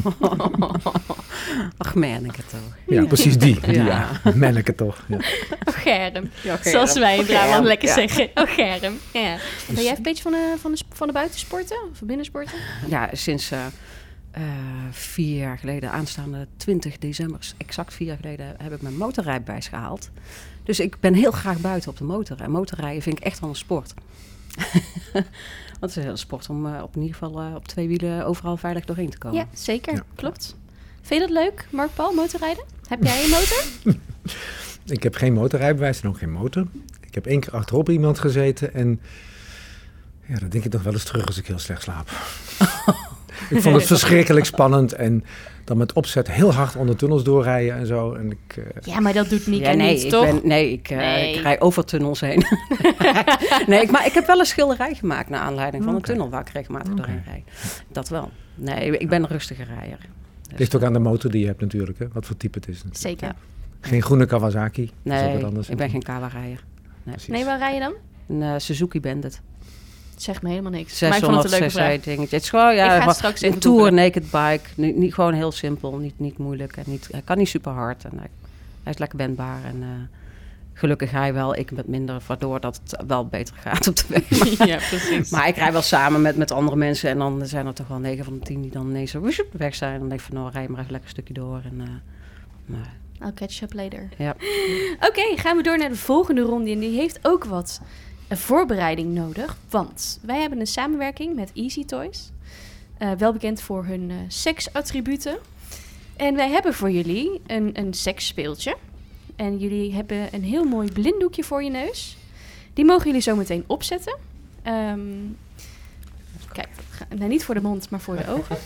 Ach, meen ik het toch. Ja, precies die. die Ja. ja. Manneke toch. Ja. Oh, germ. Ja, oké, Zoals ja. wij in Oké, Brabant ja. lekker Ja. zeggen. Oh, germ. Ja. Ben jij een beetje van de, van de, van de buitensporten? Of binnensporten? Ja, sinds uh, uh, vier jaar geleden, aanstaande twintig december, exact vier jaar geleden, heb ik mijn motorrijbewijs gehaald. Dus ik ben heel graag buiten op de motor. En motorrijden vind ik echt wel een sport. Want het is een sport om uh, op in ieder geval uh, op twee wielen overal veilig doorheen te komen. Ja, zeker. Ja. Klopt. Vind je dat leuk, Mark Paul, motorrijden? Heb jij een motor? Ik heb geen motorrijbewijs en ook geen motor. Ik heb één keer achterop iemand gezeten en ja, dan denk ik nog wel eens terug als ik heel slecht slaap. Ik vond het verschrikkelijk spannend en dan met opzet heel hard onder tunnels doorrijden en zo. En ik, uh, Ja, maar dat doet Mika Ja, nee, niet, ik toch? ben, nee, ik, uh, Nee. ik rij over tunnels heen. nee, ik, maar ik heb wel een schilderij gemaakt naar aanleiding van Oké. een tunnel waar ik regelmatig Oké. doorheen rijd. Dat wel. Nee, ik ben een rustige rijder. het ligt ook aan de motor die je hebt natuurlijk, hè? Wat voor type het is. natuurlijk. Zeker. Ja. Geen groene Kawasaki. dat is ook Nee, wat anders. ik ben geen Kawa-rijder. Precies. Nee, waar rij je dan? Een uh, Suzuki Bandit. Zeg me helemaal niks. Maar ik vond het zeshonderd een leuke vraag. cc dingetje. Het is gewoon, ja, Ik ga het maar straks een even tour googlen. naked bike. Niet, niet gewoon heel simpel, niet, niet moeilijk. En niet, hij kan niet super hard. En hij, hij is lekker wendbaar. En uh, gelukkig hij wel, ik met minder, waardoor dat het wel beter gaat op de weg. Maar, Ja, precies. maar ik rij wel samen met, met andere mensen. En dan zijn er toch wel negen van de tien die dan ineens zo woesjoep weg zijn. En dan denk ik van, nou, rij maar even lekker een stukje door. En, uh, maar, I'll catch up later. ja. Oké, gaan we door naar de volgende ronde. En die heeft ook wat een voorbereiding nodig. Want wij hebben een samenwerking met Easy Toys. Uh, wel bekend voor hun uh, seksattributen. En wij hebben voor jullie een, een seksspeeltje. En jullie hebben een heel mooi blinddoekje voor je neus. Die mogen jullie zo meteen opzetten. Um, kijk, ga- nou, niet voor de mond, maar voor de ogen.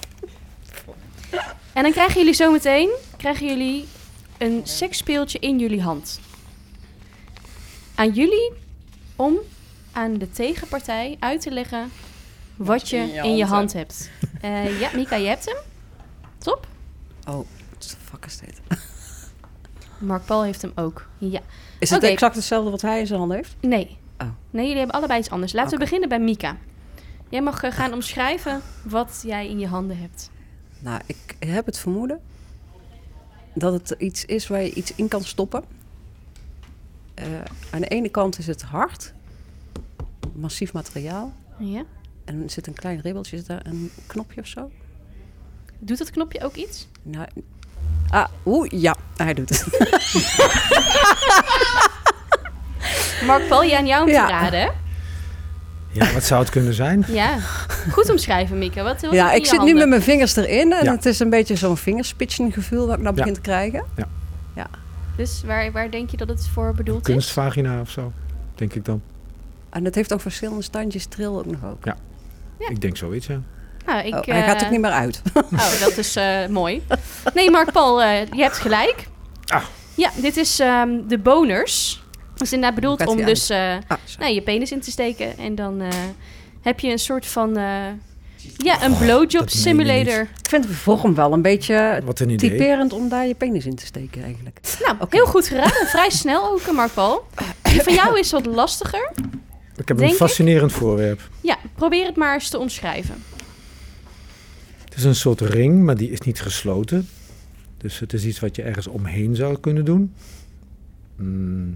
En dan krijgen jullie zo meteen krijgen jullie een seksspeeltje in jullie hand. Aan jullie om aan de tegenpartij uit te leggen wat je in je hand hebt. Uh, ja, Mika, je hebt hem. Top. Oh, what the fuck is dit? Mark Paul heeft hem ook. Ja. Is het Oké. exact hetzelfde wat hij in zijn hand heeft? Nee. Oh. Nee, jullie hebben allebei iets anders. Laten we Oké. beginnen bij Mika. Jij mag uh, gaan omschrijven wat jij in je handen hebt. Nou, ik heb het vermoeden dat het iets is waar je iets in kan stoppen. Uh, aan de ene kant is het hard, massief materiaal. Ja. En er zit een klein ribbeltje, is daar een knopje of zo? Doet dat knopje ook iets? Nou, ah, oeh, ja, hij doet het. Mark Paul, jij aan jou om Ja. te raden. hè? Ja, wat zou het kunnen zijn? Ja. Goed omschrijven, Mika. Wat, wat Ja, heb je ik in je zit nu handen? met mijn vingers erin en Ja. het is een beetje zo'n vingerspitsengevoel wat ik nou Ja. begin te krijgen. Dus waar, waar denk je dat het voor bedoeld is? Kunstvagina of zo, denk ik dan. En het heeft ook verschillende standjes, tril ook nog ook. Ja. Ik denk zoiets, ja. Nou, ik, oh, hij gaat uh, ook niet meer uit. Oh, dat is uh, mooi. Nee, Mark-Paul, uh, je hebt gelijk. Ah. Ja, dit is um, de boners. Dat is inderdaad bedoeld om dus uh, ah, nou, je penis in te steken. En dan uh, heb je een soort van... Uh, ja, een blowjob simulator. Ik vind het vorm wel een beetje Wat een idee. typerend om daar je penis in te steken eigenlijk. Nou, okay. Heel goed geraden. Vrij snel ook, Mark-Paul. Die van jou is wat lastiger. Ik heb een fascinerend ik. voorwerp. Ja, probeer het maar eens te omschrijven. Het is een soort ring, maar die is niet gesloten. Dus het is iets wat je ergens omheen zou kunnen doen. Hmm.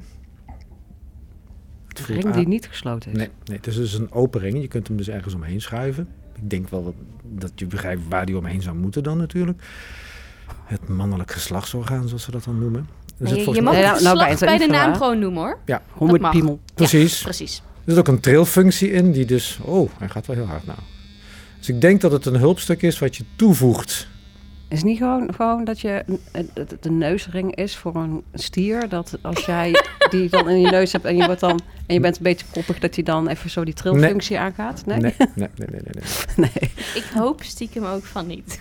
Een ring die niet gesloten is? Nee, nee, het is dus een open ring. Je kunt hem dus ergens omheen schuiven. Ik denk wel wat, dat je begrijpt waar die omheen zou moeten dan natuurlijk. Het mannelijk geslachtsorgaan, zoals ze dat dan noemen. Dus nee, het je mag mij... het geslacht nou, bij de naam waar. gewoon noemen hoor. Ja, gewoon met piemel. Precies. Ja, precies. Er zit ook een trilfunctie in die dus... Oh, hij gaat wel heel hard nou. Dus ik denk dat het een hulpstuk is wat je toevoegt. Is het niet gewoon, gewoon dat je dat het een neusring is voor een stier? Dat als jij die dan in je neus hebt en je, wordt dan, en je bent een beetje koppig... dat hij dan even zo die trilfunctie nee. aangaat? Nee? Nee, nee, nee, nee, nee, nee. nee. Ik hoop stiekem ook van niet.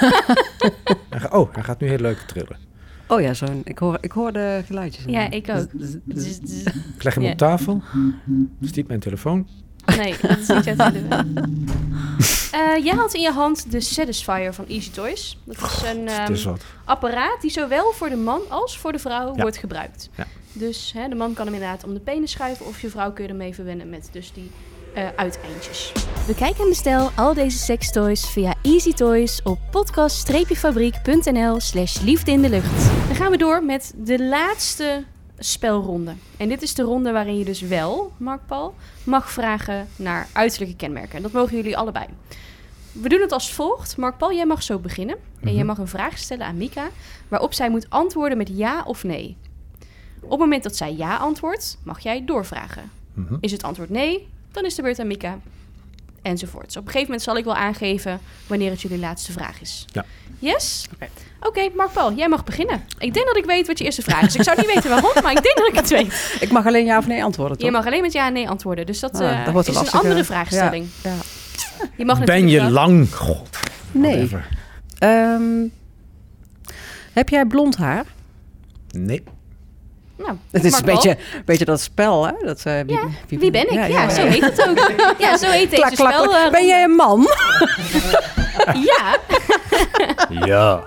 Oh, hij gaat nu heel leuk trillen. Oh ja, zo'n, ik, hoor, ik hoor de geluidjes. Ja, ik ook. Ik leg hem yeah. op tafel. Dat is niet mijn telefoon. Nee, dat is niet jouw telefoon. Uh, jij had in je hand de Satisfyer van Easy Toys. Dat is een um, apparaat die zowel voor de man als voor de vrouw ja. wordt gebruikt. Ja. Dus hè, de man kan hem inderdaad om de penis schuiven... of je vrouw kun je ermee verwennen met dus die uh, uiteindjes. Bekijk en bestel al deze sextoys via Easy Toys op podcast-fabriek.nl slash liefde in de lucht. Dan gaan we door met de laatste spelronde. En dit is de ronde waarin je dus wel, Mark-Paul, mag vragen naar uiterlijke kenmerken. En dat mogen jullie allebei. We doen het als volgt. Mark-Paul, jij mag zo beginnen. Mm-hmm. En jij mag een vraag stellen aan Mika, waarop zij moet antwoorden met ja of nee. Op het moment dat zij ja antwoordt, mag jij doorvragen. Mm-hmm. Is het antwoord nee, dan is de beurt aan Mika. Enzovoorts. Op een gegeven moment zal ik wel aangeven wanneer het jullie laatste vraag is. Ja. Yes? Oké, okay. okay, Mark-Paul, jij mag beginnen. Ik denk dat ik weet wat je eerste vraag is. Ik zou niet weten waarom, maar ik denk dat ik het weet. Ik mag alleen ja of nee antwoorden, toch? Je mag alleen met ja en nee antwoorden. Dus dat, ah, uh, dat wordt is lastig, een andere ja. vraagstelling. Ja. Ja. Je mag ben je wel... lang? God. Nee. Um, heb jij blond haar? Nee. Nou, het is een beetje, beetje dat spel, hè? Dat, uh, wie, ja, wie, wie ben ik? Ja, ja, ja, zo ja. heet het ook. Ja, zo heet klak, deze klak, spel. Klak. Uh, ben jij een man? Ja. Ja.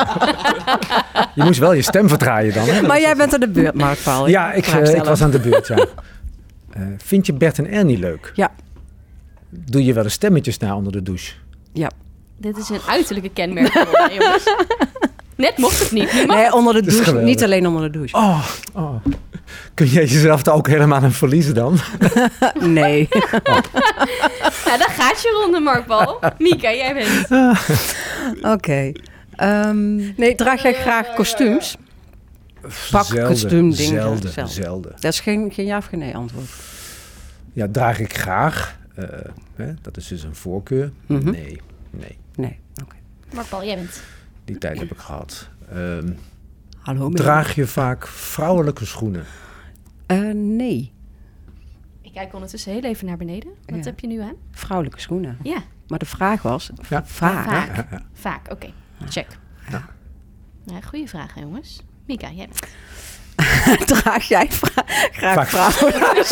Je moest wel je stem verdraaien dan. Hè? Maar jij bent aan de beurt, Mark-Paul. Ja, ik, uh, ik was aan de beurt, ja. Uh, vind je Bert en Ernie leuk? Ja. Doe je wel eens stemmetjes na onder de douche? Ja. Dit is een uiterlijke kenmerk voor mij, jongens. Net mocht het niet. niet nee, onder de douche. Niet alleen onder de douche. Oh, oh. Kun jij jezelf er ook helemaal aan verliezen dan? Nee. Oh. Nou, daar gaat je ronde, Mark-Paul. Mika, jij bent. Oké. Okay. Um, nee, draag jij graag kostuums? Pak, zelden, kostuum, dingen. Zelden, zelden, zelden. Dat is geen, geen ja of geen nee antwoord. Ja, draag ik graag. Uh, hè, dat is dus een voorkeur. Mm-hmm. Nee, nee. Nee, oké. Okay. Mark-Paul, jij bent. Die tijd heb ik gehad. Um, Hallo, draag je vaak vrouwelijke schoenen? Uh, nee. Ik kijk ondertussen heel even naar beneden. Wat ja. heb je nu aan? Vrouwelijke schoenen. Ja. Maar de vraag was, ja. vaak. Vaak, ja, ja, ja. vaak. oké. Okay. Check. Ja. Ja, goeie vraag, jongens. Mika, jij bent. Draag jij vra- graag vaak. vrouwelijke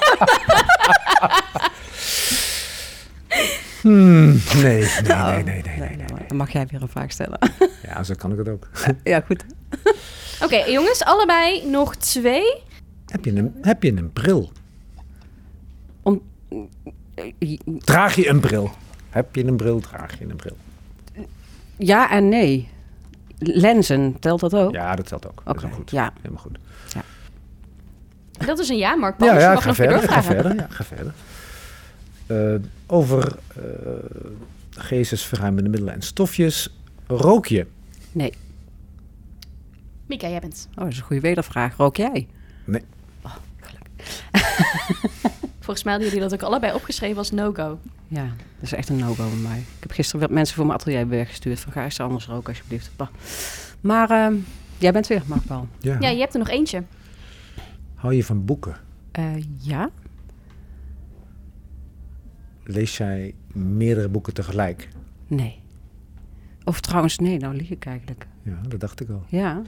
Hmm, nee, nee, nou, nee, nee, nee, nee, nee, nee. Dan mag jij weer een vraag stellen. Ja, zo kan ik het ook. Ja, goed. Oké, okay, jongens, allebei nog twee. Heb je een, heb je een bril? Om, draag je een bril? Heb je een bril, draag je een bril? Ja en nee. Lenzen, telt dat ook? Ja, dat telt ook. Okay, dat is ook goed. Ja. Helemaal goed. Ja. Dat is een ja, Mark. Paul, ja, dus ja, je mag ga nog verder, doorvragen. ga verder. Ja, ga verder. Uh, over uh, geestesverruimende middelen en stofjes. Rook je? Nee. Mika, jij bent. Oh, dat is een goede wedervraag. Rook jij? Nee. Oh, gelukkig. Volgens mij hadden jullie dat ook allebei opgeschreven als no-go. Ja, dat is echt een no-go bij mij. Ik heb gisteren wat mensen voor mijn atelier weggestuurd. Van ga eens anders roken alsjeblieft. Bah. Maar uh, jij bent weer, Mark-Paul. Ja. ja, je hebt er nog eentje. Hou je van boeken? Uh, ja. lees jij meerdere boeken tegelijk? Nee. Of trouwens, nee, nou lieg ik eigenlijk. Ja, dat dacht ik al. Ja.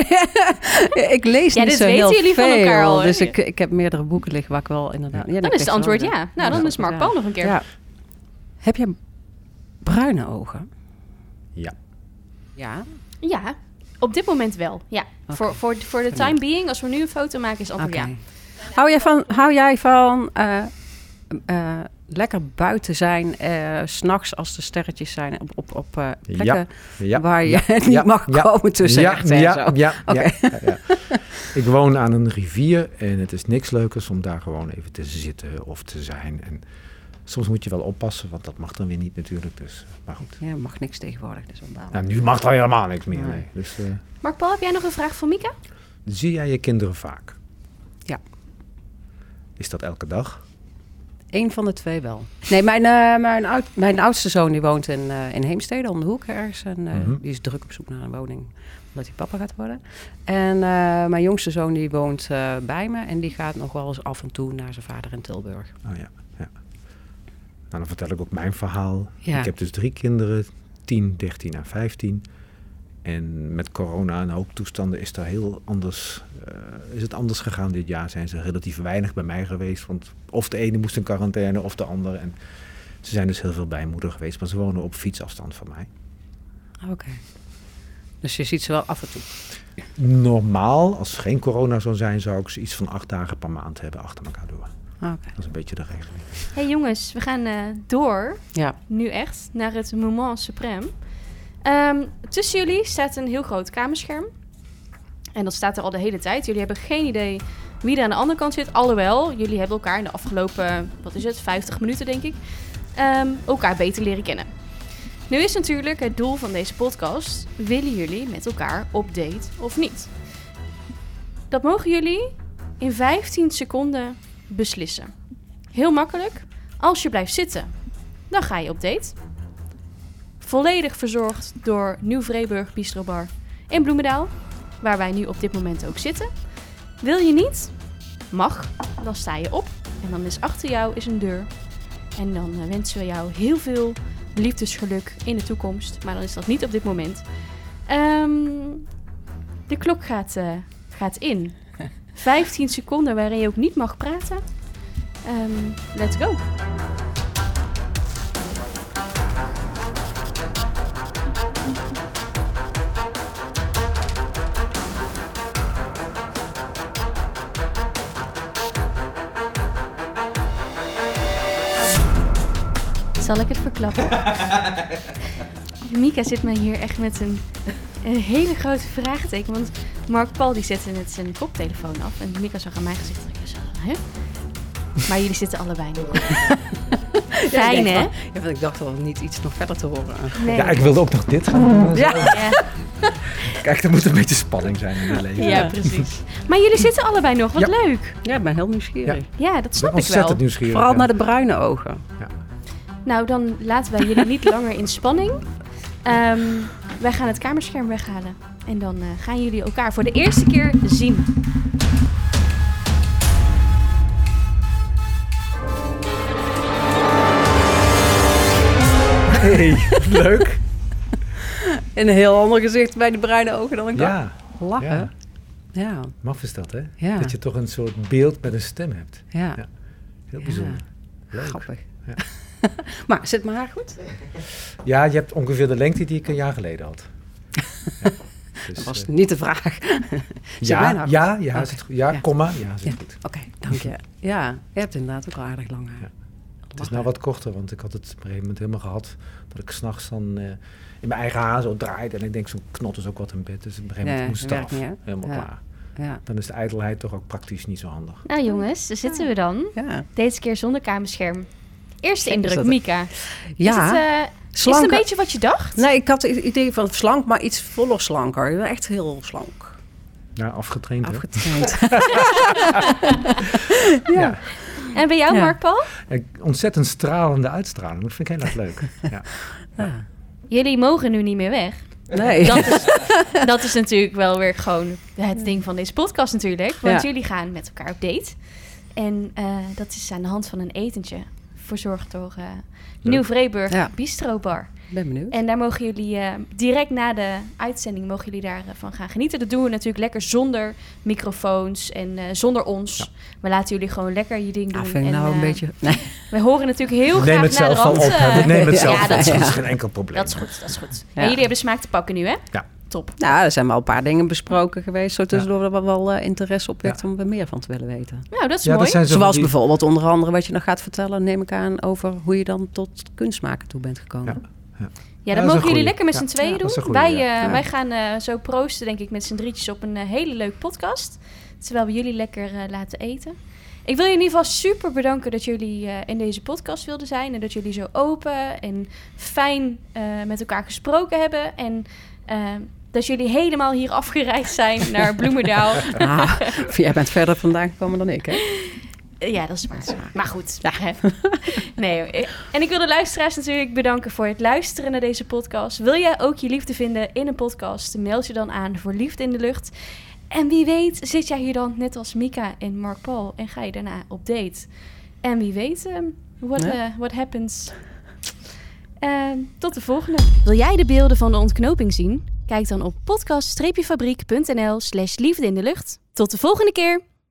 ik lees ja, niet dit zo weten heel jullie veel, van elkaar al. dus ik, ik heb meerdere boeken liggen waar ik wel inderdaad... Ja, dan is het antwoord ja. ja. Nou, dan is Mark Paul nog een keer. Ja. Heb je bruine ogen? Ja. Ja? Ja, op dit moment wel. Ja. Okay. Voor, voor, voor de time being, als we nu een foto maken, is het antwoord okay. ja. Hou jij van, hou jij van uh, uh, lekker buiten zijn, uh, 's nachts als de sterretjes zijn, op, op, op uh, plekken ja. Ja. waar je ja. niet ja. mag ja. komen tussen ja. echt en ja. zo? Ja. Okay. Ja. Ja. Ja. Ik woon aan een rivier en het is niks leukers om daar gewoon even te zitten of te zijn. En soms moet je wel oppassen, want dat mag dan weer niet natuurlijk. Dus, maar goed. Ja, mag niks tegenwoordig. Dus nou, nu mag er helemaal niks meer. Nee. Dus, uh, Mark Paul, heb jij nog een vraag voor Mika? Zie jij je kinderen vaak? Ja. Is dat elke dag? Eén van de twee wel. Nee, mijn, uh, mijn, oud, mijn oudste zoon die woont in, uh, in Heemstede, om de hoek ergens. En, uh, mm-hmm. Die is druk op zoek naar een woning, omdat hij papa gaat worden. En uh, mijn jongste zoon die woont uh, bij me en die gaat nog wel eens af en toe naar zijn vader in Tilburg. Oh ja, ja. Nou, dan vertel ik ook mijn verhaal. Ja. Ik heb dus drie kinderen, tien, dertien en vijftien. En met corona en hoop toestanden is, daar heel anders, uh, is het anders gegaan dit jaar. Zijn ze relatief weinig bij mij geweest. Want of de ene moest in quarantaine of de andere. En ze zijn dus heel veel bij moeder geweest. Maar ze wonen op fietsafstand van mij. Oké. Okay. Dus je ziet ze wel af en toe? Normaal, als er geen corona zou zijn, zou ik ze iets van acht dagen per maand hebben achter elkaar door. Okay. Dat is een beetje de regeling. Hey jongens, we gaan uh, door. Ja. Nu echt naar het moment suprême. Um, tussen jullie staat een heel groot kamerscherm. En dat staat er al de hele tijd. Jullie hebben geen idee wie er aan de andere kant zit. Alhoewel, jullie hebben elkaar in de afgelopen, wat is het, vijftig minuten denk ik, um, elkaar beter leren kennen. Nu is natuurlijk het doel van deze podcast, willen jullie met elkaar op date of niet? Dat mogen jullie in vijftien seconden beslissen. Heel makkelijk. Als je blijft zitten, dan ga je op date. Volledig verzorgd door Nieuw-Vreeburg Bistro Bar in Bloemendaal, waar wij nu op dit moment ook zitten. Wil je niet? Mag. Dan sta je op en dan is achter jou is een deur. En dan uh, wensen we jou heel veel liefdesgeluk in de toekomst. Maar dan is dat niet op dit moment. Um, de klok gaat, uh, gaat in. vijftien seconden waarin je ook niet mag praten. Um, let's go. Zal ik het verklappen? Mika zit mij hier echt met een, een hele grote vraagteken. Want Mark Paul die zette net zijn koptelefoon af. En Mika zag aan mijn gezicht. En ik zei, hè? Maar jullie zitten allebei nog. Fijn, ja, hè? Ja, want ik dacht wel niet iets nog verder te horen. Nee. Ja, ik wilde ook nog dit gaan doen. Ja. ja. Kijk, er moet een beetje spanning zijn in het leven. Ja, precies. Maar jullie zitten allebei nog. Wat ja. leuk. Ja, ik ben heel nieuwsgierig. Ja, ja dat snap ik, ik wel. Ontzettend nieuwsgierig. Vooral ja. naar de bruine ogen. Ja. Nou, dan laten wij jullie niet langer in spanning. Um, wij gaan het kamerscherm weghalen. En dan uh, gaan jullie elkaar voor de eerste keer zien. Hey, leuk. In een heel ander gezicht bij de bruine ogen dan ik ja. dacht. Lachen. Ja. Ja. Maf is dat, hè? Ja. Dat je toch een soort beeld met een stem hebt. Ja. ja. Heel bijzonder. Ja. Leuk. Grappig. Ja. Maar zit mijn haar goed? Ja, je hebt ongeveer de lengte die ik een jaar geleden had. Ja. Dus, dat was uh, niet de vraag. ja, ja, ja, okay. zit goed. Ja, ja, komma, ja, zit ja. goed. Oké, okay, dank je. Ja, je hebt inderdaad ook al aardig lang haar. Ja. Het is nou wat korter, want ik had het op een gegeven moment helemaal gehad. Dat ik 's nachts dan uh, in mijn eigen haar zo draaide. En ik denk, zo'n knot is ook wat in bed. Dus op een gegeven moment ja, moest het af. Niet, helemaal ja. klaar. Ja. Dan is de ijdelheid toch ook praktisch niet zo handig. Nou jongens, daar zitten we dan. Ja. Deze keer zonder kamerscherm. Eerste Kijk, indruk, Mika. Ja. Is het, uh, is het een beetje wat je dacht? Nee, ik had het idee van slank, maar iets voller slanker. Echt heel slank. Ja, afgetraind. Afgetraind. ja. ja. En bij jou, ja. Mark Paul? Ja, ontzettend stralende uitstraling. Dat vind ik heel erg leuk. Ja. Ja. Jullie mogen nu niet meer weg. Nee. Dat is, dat is natuurlijk wel weer gewoon het ding van deze podcast natuurlijk. Want ja. jullie gaan met elkaar op date. En uh, dat is aan de hand van een etentje verzorgd door uh, Nieuw-Vreeburg ja. Bistro Bar. Ben benieuwd. En daar mogen jullie uh, direct na de uitzending mogen jullie daarvan uh, gaan genieten. Dat doen we natuurlijk lekker zonder microfoons en uh, zonder ons. Ja. We laten jullie gewoon lekker je ding doen. Ah, vind ik en, nou uh, een beetje... Nee. We horen natuurlijk heel we graag het naar de rand. Op, we nemen het zelf ja, dat is ja. goed. Dat is geen enkel probleem. Dat is goed, dat is goed. Ja. En jullie hebben de smaak te pakken nu, hè? Ja. Top. Nou, er zijn wel een paar dingen besproken geweest. Zo tussendoor ja. dat wel uh, interesse opwekt ja. om er meer van te willen weten. Nou, dat is ja, mooi. Dat Zoals die... bijvoorbeeld onder andere wat je nog gaat vertellen, neem ik aan, over hoe je dan tot kunstmaken toe bent gekomen. Ja, ja. ja dat ja, mogen jullie lekker met z'n ja. tweeën doen. Ja, goeie, wij, uh, ja. wij gaan uh, zo proosten, denk ik, met z'n drietjes op een uh, hele leuke podcast. Terwijl we jullie lekker uh, laten eten. Ik wil je in ieder geval super bedanken dat jullie uh, in deze podcast wilden zijn. En dat jullie zo open en fijn uh, met elkaar gesproken hebben. En uh, dat jullie helemaal hier afgereisd zijn naar Bloemendaal. Ah, jij bent verder vandaan gekomen dan ik, hè? Ja, dat is waar. Maar goed. Ja. Nee, en ik wil de luisteraars natuurlijk bedanken voor het luisteren naar deze podcast. Wil jij ook je liefde vinden in een podcast? Meld je dan aan voor Liefde in de Lucht. En wie weet zit jij hier dan net als Mika en Mark Paul en ga je daarna op date. En wie weet, um, what, ja. uh, what happens. Uh, tot de volgende. Wil jij de beelden van de ontknoping zien? Kijk dan op podcast-fabriek.nl slash liefde in de lucht. Tot de volgende keer.